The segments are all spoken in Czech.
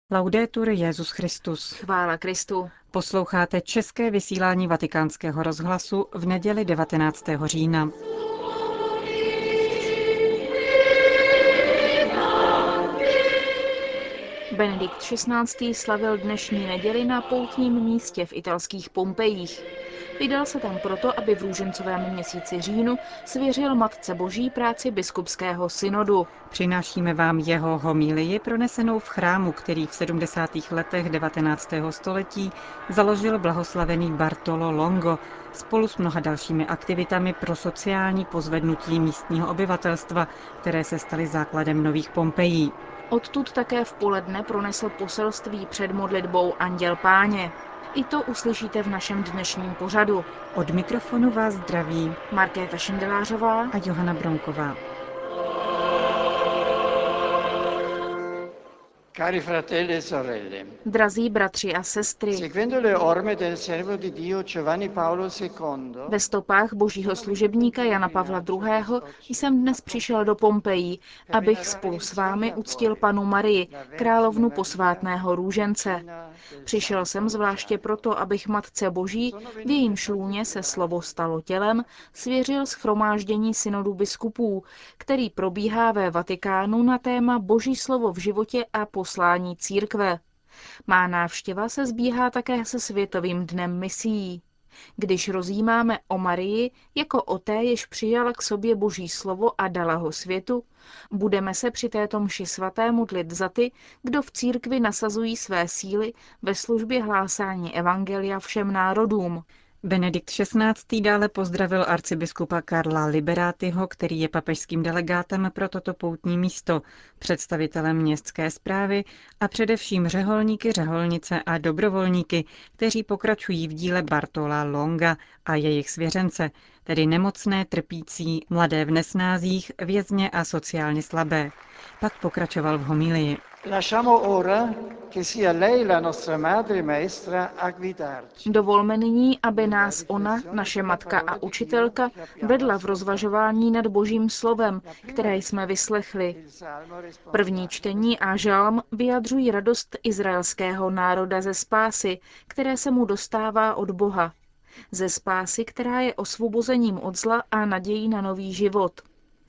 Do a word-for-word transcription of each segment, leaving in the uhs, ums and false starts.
Laudetur Jesus Christus. Chvála Kristu. Posloucháte české vysílání Vatikánského rozhlasu v neděli devatenáctého října. Benedikt šestnáctý. Slavil dnešní neděli na poutním místě v italských Pompejích. Vydal se tam proto, aby v růžencovém měsíci říjnu svěřil Matce Boží práci biskupského synodu. Přinášíme vám jeho homílii pronesenou v chrámu, který v sedmdesátých letech devatenáctého století založil blahoslavený Bartolo Longo spolu s mnoha dalšími aktivitami pro sociální pozvednutí místního obyvatelstva, které se staly základem nových Pompejí. Odtud také v poledne pronesl poselství před modlitbou Anděl Páně. I to uslyšíte v našem dnešním pořadu. Od mikrofonu vás zdraví Markéta Šindelářová a Johana Bronková. Cari fratelli e sorelle, Drazí bratři a sestry, seguendo le orme del servo di Dio Giovanni Paolo secondo, ve stopách božího služebníka Jana Pavla druhého. jsem dnes přišel do Pompejí, abych spolu s vámi uctil panu Marii, královnu posvátného růžence. Přišel jsem zvláště proto, abych Matce Boží, v jejím šlůně se slovo stalo tělem, svěřil shromáždění synodu biskupů, který probíhá ve Vatikánu na téma Boží slovo v životě a poslání církve. Má návštěva se sbíhá také se Světovým dnem misií. Když rozjímáme o Marii jako o té, jež přijala k sobě Boží slovo a dala ho světu, budeme se při této mši svaté modlit za ty, kdo v církvi nasazují své síly ve službě hlásání evangelia všem národům. Benedikt šestnáctý. dále pozdravil arcibiskupa Karla Liberatiho, který je papežským delegátem pro toto poutní místo, představitelem městské správy a především řeholníky, řeholnice a dobrovolníky, kteří pokračují v díle Bartola Longa a jejich svěřence, tedy nemocné, trpící, mladé v nesnázích, vězně a sociálně slabé. Pak pokračoval v homílii. lasciamo ora che sia lei la nostra madre maestra a guidarci. Dovolme nyní, aby nás ona, naše matka a učitelka, vedla v rozvažování nad Božím slovem, které jsme vyslechli. První čtení a žalm vyjadřují radost izraelského národa ze spásy, které se mu dostává od Boha. Ze spásy, která je osvobozením od zla a nadějí na nový život.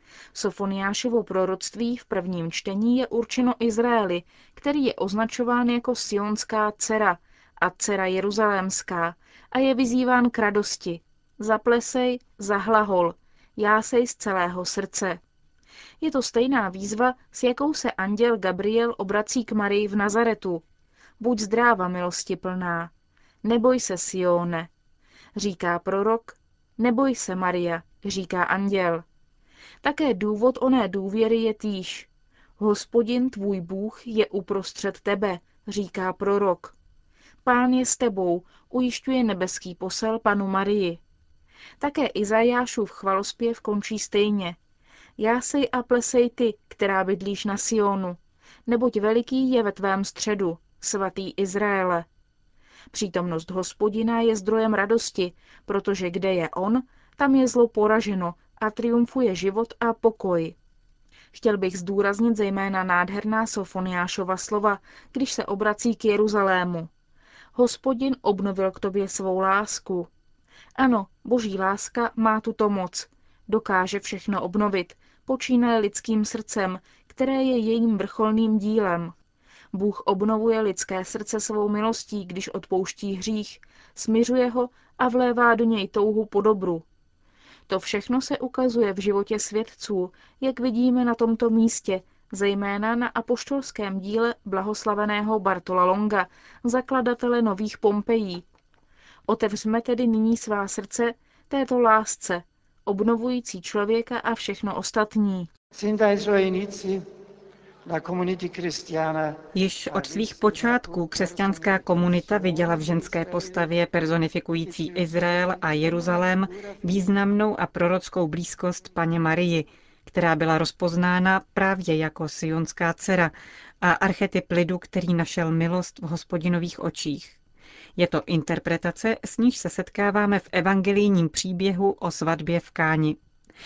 Sofoniášovo proroctví v prvním čtení je určeno Izraeli, který je označován jako sionská dcera a dcera jeruzalémská a je vyzýván k radosti. Zaplesej, zahlahol, jásej z celého srdce. Je to stejná výzva, s jakou se anděl Gabriel obrací k Marii v Nazaretu. Buď zdráva, milostiplná. Neboj se, Sione, říká prorok. Neboj se, Maria, říká anděl. Také důvod oné důvěry je týž. Hospodin tvůj Bůh je uprostřed tebe, říká prorok. Pán je s tebou, ujišťuje nebeský posel panu Marii. Také Izajášův chvalospěv končí stejně. Jásej a plesej ty, která bydlíš na Sionu, neboť veliký je ve tvém středu, svatý Izraele. Přítomnost Hospodina je zdrojem radosti, protože kde je on, tam je zlo poraženo a triumfuje život a pokoj. Chtěl bych zdůraznit zejména nádherná Sofoniášova slova, když se obrací k Jeruzalému. Hospodin obnovil k tobě svou lásku. Ano, boží láska má tuto moc. Dokáže všechno obnovit, počínaje lidským srdcem, které je jejím vrcholným dílem. Bůh obnovuje lidské srdce svou milostí, když odpouští hřích, smiřuje ho a vlévá do něj touhu po dobru. To všechno se ukazuje v životě svědců, jak vidíme na tomto místě, zejména na apoštolském díle blahoslaveného Bartola Longa, zakladatele nových Pompejí. Otevřme tedy nyní svá srdce této lásce, obnovující člověka a všechno ostatní. Již od svých počátků křesťanská komunita viděla v ženské postavě personifikující Izrael a Jeruzalém významnou a prorockou blízkost Panně Marii, která byla rozpoznána právě jako sionská dcera a archetyp lidu, který našel milost v Hospodinových očích. Je to interpretace, s níž se setkáváme v evangelijním příběhu o svatbě v Káni.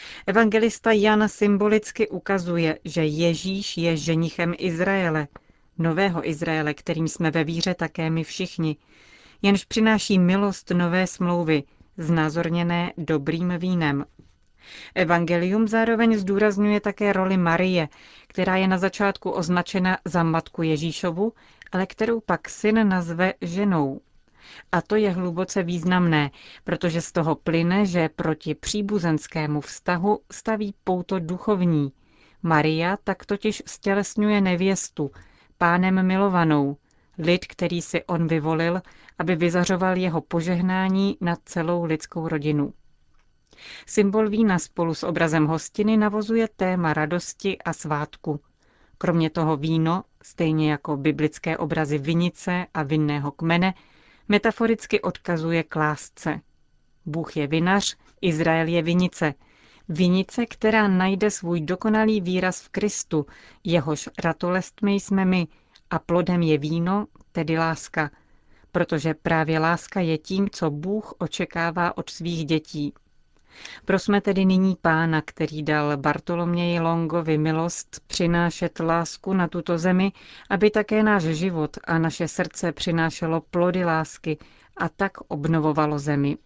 Evangelista Jan symbolicky ukazuje, že Ježíš je ženichem Izraele. nového Izraele, kterým jsme ve víře také my všichni, jenž přináší milost nové smlouvy, znázorněné dobrým vínem. Evangelium zároveň zdůrazňuje také roli Marie, která je na začátku označena za matku Ježíšovu, ale kterou pak syn nazve ženou. A to je hluboce významné, protože z toho plyne, že proti příbuzenskému vztahu staví pouto duchovní. Maria tak totiž stělesňuje nevěstu, pánem milovanou, lid, který si on vyvolil, aby vyzařoval jeho požehnání nad celou lidskou rodinu. Symbol vína spolu s obrazem hostiny navozuje téma radosti a svátku. Kromě toho víno, stejně jako biblické obrazy vinice a vinného kmene, metaforicky odkazuje k lásce. Bůh je vinař, Izrael je vinice. Vinice, která najde svůj dokonalý výraz v Kristu, jehož ratolestmi jsme my, a plodem je víno, tedy láska, protože právě láska je tím, co Bůh očekává od svých dětí. Prosme tedy nyní Pána, který dal Bartoloměji Longovi milost přinášet lásku na tuto zemi, aby také náš život a naše srdce přinášelo plody lásky a tak obnovovalo zemi.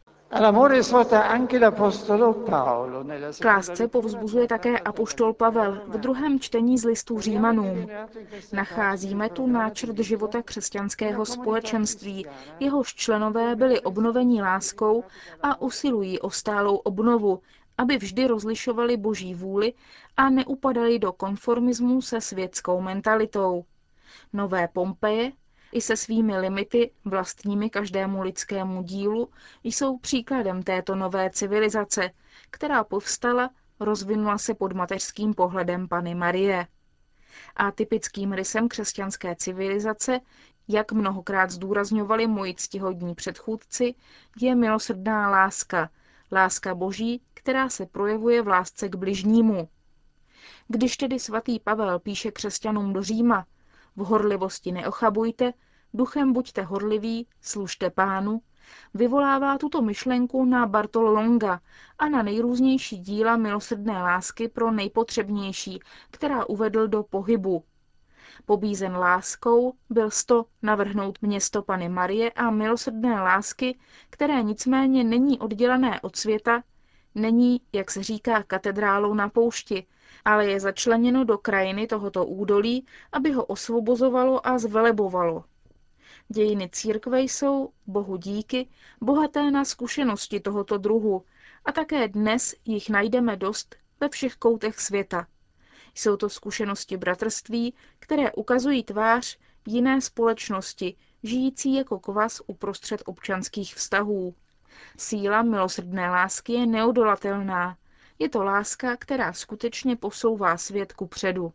K lásce povzbuzuje také apoštol Pavel v druhém čtení z listu Římanům. Nacházíme tu náčrt života křesťanského společenství, jehož členové byli obnoveni láskou a usilují o stálou obnovu, aby vždy rozlišovali Boží vůli a neupadali do konformismu se světskou mentalitou. Nové Pompeje i se svými limity vlastními každému lidskému dílu jsou příkladem této nové civilizace, která povstala, rozvinula se pod mateřským pohledem Panny Marie. A typickým rysem křesťanské civilizace, jak mnohokrát zdůrazňovali moji ctihodní předchůdci, je milosrdná láska, láska Boží, která se projevuje v lásce k bližnímu. Když tedy svatý Pavel píše křesťanům do Říma: v horlivosti neochabujte, duchem buďte horliví, služte Pánu, vyvolává tuto myšlenku na Bartolo Longa a na nejrůznější díla milosrdné lásky pro nejpotřebnější, která uvedl do pohybu. Pobízen láskou byl sto navrhnout město Panny Marie a milosrdné lásky, které nicméně není oddělené od světa, není, jak se říká, katedrálou na poušti, ale je začleněno do krajiny tohoto údolí, aby ho osvobozovalo a zvelebovalo. Dějiny církve jsou, Bohu díky, bohaté na zkušenosti tohoto druhu a také dnes jich najdeme dost ve všech koutech světa. Jsou to zkušenosti bratrství, které ukazují tvář jiné společnosti, žijící jako kvas uprostřed občanských vztahů. Síla milosrdné lásky je neodolatelná. Je to láska, která skutečně posouvá svět kupředu.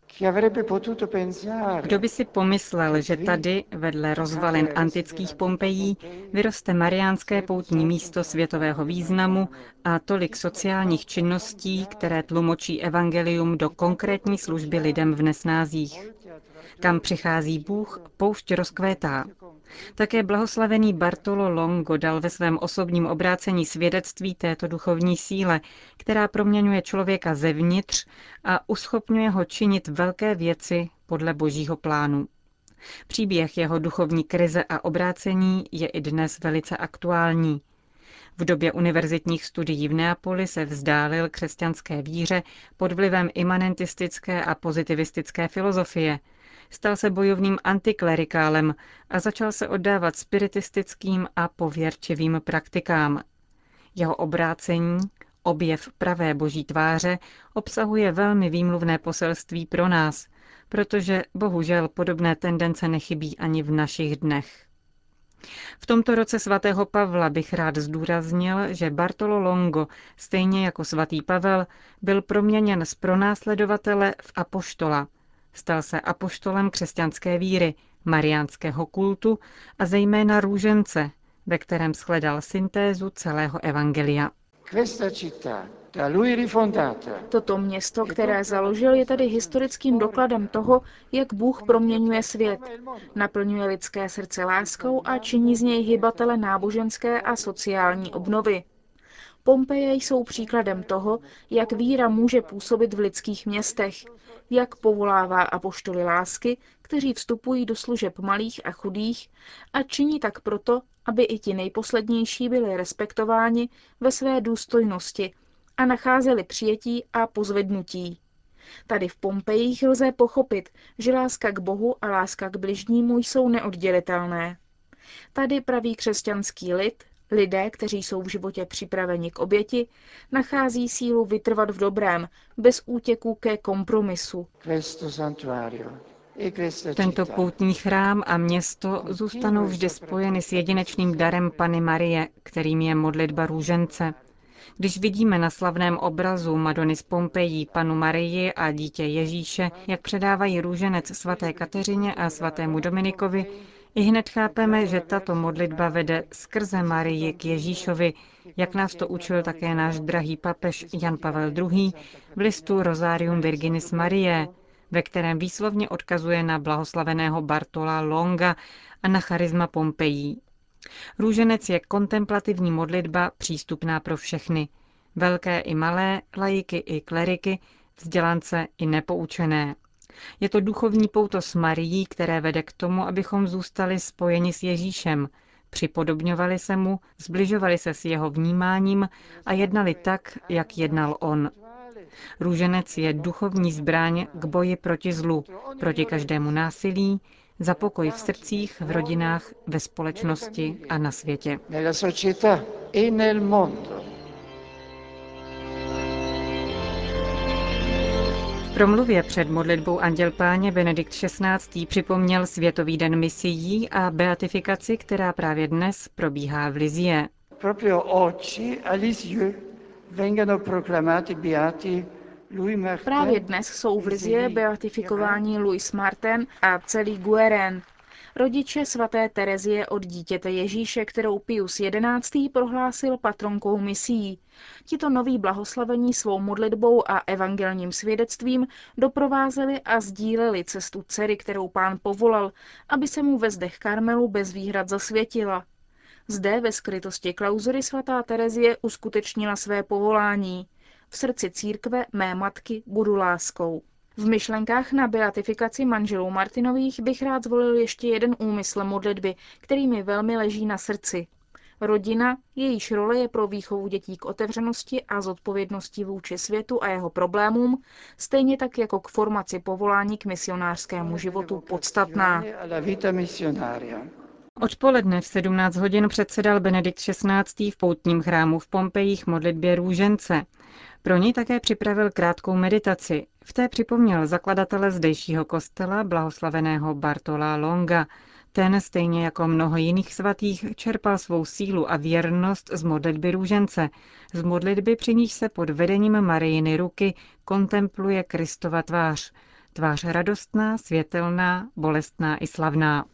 Kdo by si pomyslel, že tady, vedle rozvalin antických Pompejí, vyroste mariánské poutní místo světového významu a tolik sociálních činností, které tlumočí evangelium do konkrétní služby lidem v nesnázích. Kam přichází Bůh, poušť rozkvétá. Také blahoslavený Bartolo Longo dal ve svém osobním obrácení svědectví této duchovní síle, která proměňuje člověka zevnitř a uschopňuje ho činit velké věci podle Božího plánu. Příběh jeho duchovní krize a obrácení je i dnes velice aktuální. V době univerzitních studií v Neapoli se vzdálil křesťanské víře pod vlivem imanentistické a pozitivistické filozofie. Stal se bojovným antiklerikálem a začal se oddávat spiritistickým a pověrčivým praktikám. Jeho obrácení, objev pravé boží tváře, obsahuje velmi výmluvné poselství pro nás, protože bohužel podobné tendence nechybí ani v našich dnech. V tomto roce svatého Pavla bych rád zdůraznil, že Bartolo Longo, stejně jako svatý Pavel, byl proměněn z pronásledovatele v apoštola. Stal se apoštolem křesťanské víry, mariánského kultu a zejména růžence, ve kterém shledal syntézu celého evangelia. Toto město, které založil, je tedy historickým dokladem toho, jak Bůh proměňuje svět, naplňuje lidské srdce láskou a činí z něj hybatele náboženské a sociální obnovy. Pompeje jsou příkladem toho, jak víra může působit v lidských městech, jak povolává apoštoly lásky, kteří vstupují do služeb malých a chudých a činí tak proto, aby i ti nejposlednější byli respektováni ve své důstojnosti a nacházeli přijetí a pozvednutí. Tady v Pompejích lze pochopit, že láska k Bohu a láska k bližnímu jsou neoddělitelné. Tady pravý křesťanský lid, lidé, kteří jsou v životě připraveni k oběti, nachází sílu vytrvat v dobrém, bez útěku ke kompromisu. Tento poutní chrám a město zůstanou vždy spojeny s jedinečným darem Panny Marie, kterým je modlitba růžence. Když vidíme na slavném obrazu Madony z Pompejí Pannu Marii a dítě Ježíše, jak předávají růženec svaté Kateřině a svatému Dominikovi, i hned chápeme, že tato modlitba vede skrze Marii k Ježíšovi, jak nás to učil také náš drahý papež Jan Pavel druhý. v listu Rosarium Virginis Mariae, ve kterém výslovně odkazuje na blahoslaveného Bartola Longa a na charisma Pompejí. Růženec je kontemplativní modlitba přístupná pro všechny, velké i malé, laiky i kleriky, vzdělance i nepoučené. Je to duchovní pouto s Marií, které vede k tomu, abychom zůstali spojeni s Ježíšem, připodobňovali se mu, zbližovali se s jeho vnímáním a jednali tak, jak jednal on. Růženec je duchovní zbraň k boji proti zlu, proti každému násilí, za pokoj v srdcích, v rodinách, ve společnosti a na světě. V promluvě před modlitbou Anděl Páně Benedikt šestnáctý. Připomněl Světový den misií a beatifikaci, která právě dnes probíhá v Lisieux. Právě dnes jsou v Lisieux beatifikováni Louis Martin a Célie Guérin, rodiče svaté Terezie od dítěte Ježíše, kterou Pius jedenáctý. Prohlásil patronkou misií. Tito noví blahoslavení svou modlitbou a evangelním svědectvím doprovázeli a sdíleli cestu dcery, kterou Pán povolal, aby se mu ve zdech Karmelu bez výhrad zasvětila. Zde ve skrytosti klauzury svatá Terezie uskutečnila své povolání. V srdci církve mé matky budu láskou. V myšlenkách na beatifikaci manželů Martinových bych rád zvolil ještě jeden úmysl modlitby, který mi velmi leží na srdci. Rodina, jejíž role je pro výchovu dětí k otevřenosti a zodpovědnosti vůči světu a jeho problémům, stejně tak jako k formaci povolání k misionářskému životu podstatná. Odpoledne v sedmnáct hodin předsedal Benedikt šestnáctý. v poutním chrámu v Pompejích modlitbě růžence. Pro ní také připravil krátkou meditaci. V té připomněl zakladatele zdejšího kostela, blahoslaveného Bartola Longa. Ten, stejně jako mnoho jiných svatých, čerpal svou sílu a věrnost z modlitby růžence, z modlitby, při níž se pod vedením Marijiny ruky kontempluje Kristova tvář. Tvář radostná, světelná, bolestná i slavná.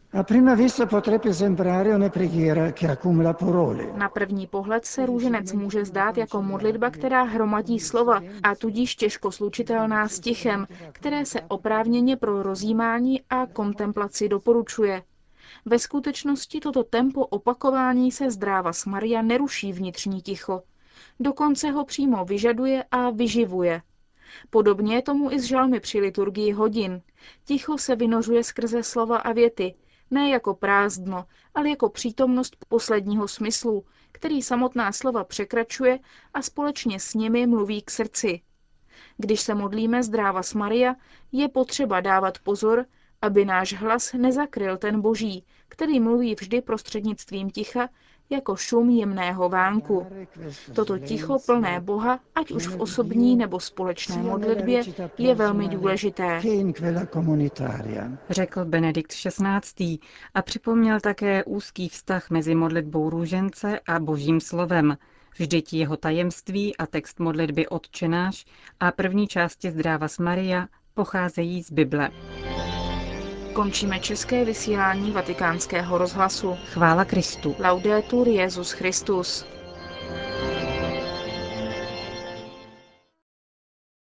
Na první pohled se růženec může zdát jako modlitba, která hromadí slova a tudíž těžko slučitelná s tichem, které se oprávněně pro rozjímání a kontemplaci doporučuje. Ve skutečnosti toto tempo opakování se zdráva s Maria neruší vnitřní ticho. Dokonce ho přímo vyžaduje a vyživuje. Podobně je tomu i s žalmy při liturgii hodin. Ticho se vynořuje skrze slova a věty, ne jako prázdno, ale jako přítomnost posledního smyslu, který samotná slova překračuje a společně s nimi mluví k srdci. Když se modlíme zdráva s Maria, je potřeba dávat pozor, aby náš hlas nezakryl ten boží, který mluví vždy prostřednictvím ticha, jako šum jemného vánku. Toto ticho plné Boha, ať už v osobní nebo společné modlitbě, je velmi důležité, řekl Benedikt šestnáctý. a připomněl také úzký vztah mezi modlitbou růžence a božím slovem. Vždyť jeho tajemství a text modlitby Otčenáš a první části Zdráva s Maria pocházejí z Bible. Končíme české vysílání Vatikánského rozhlasu. Chvála Kristu. Laudetur Jesus Christus.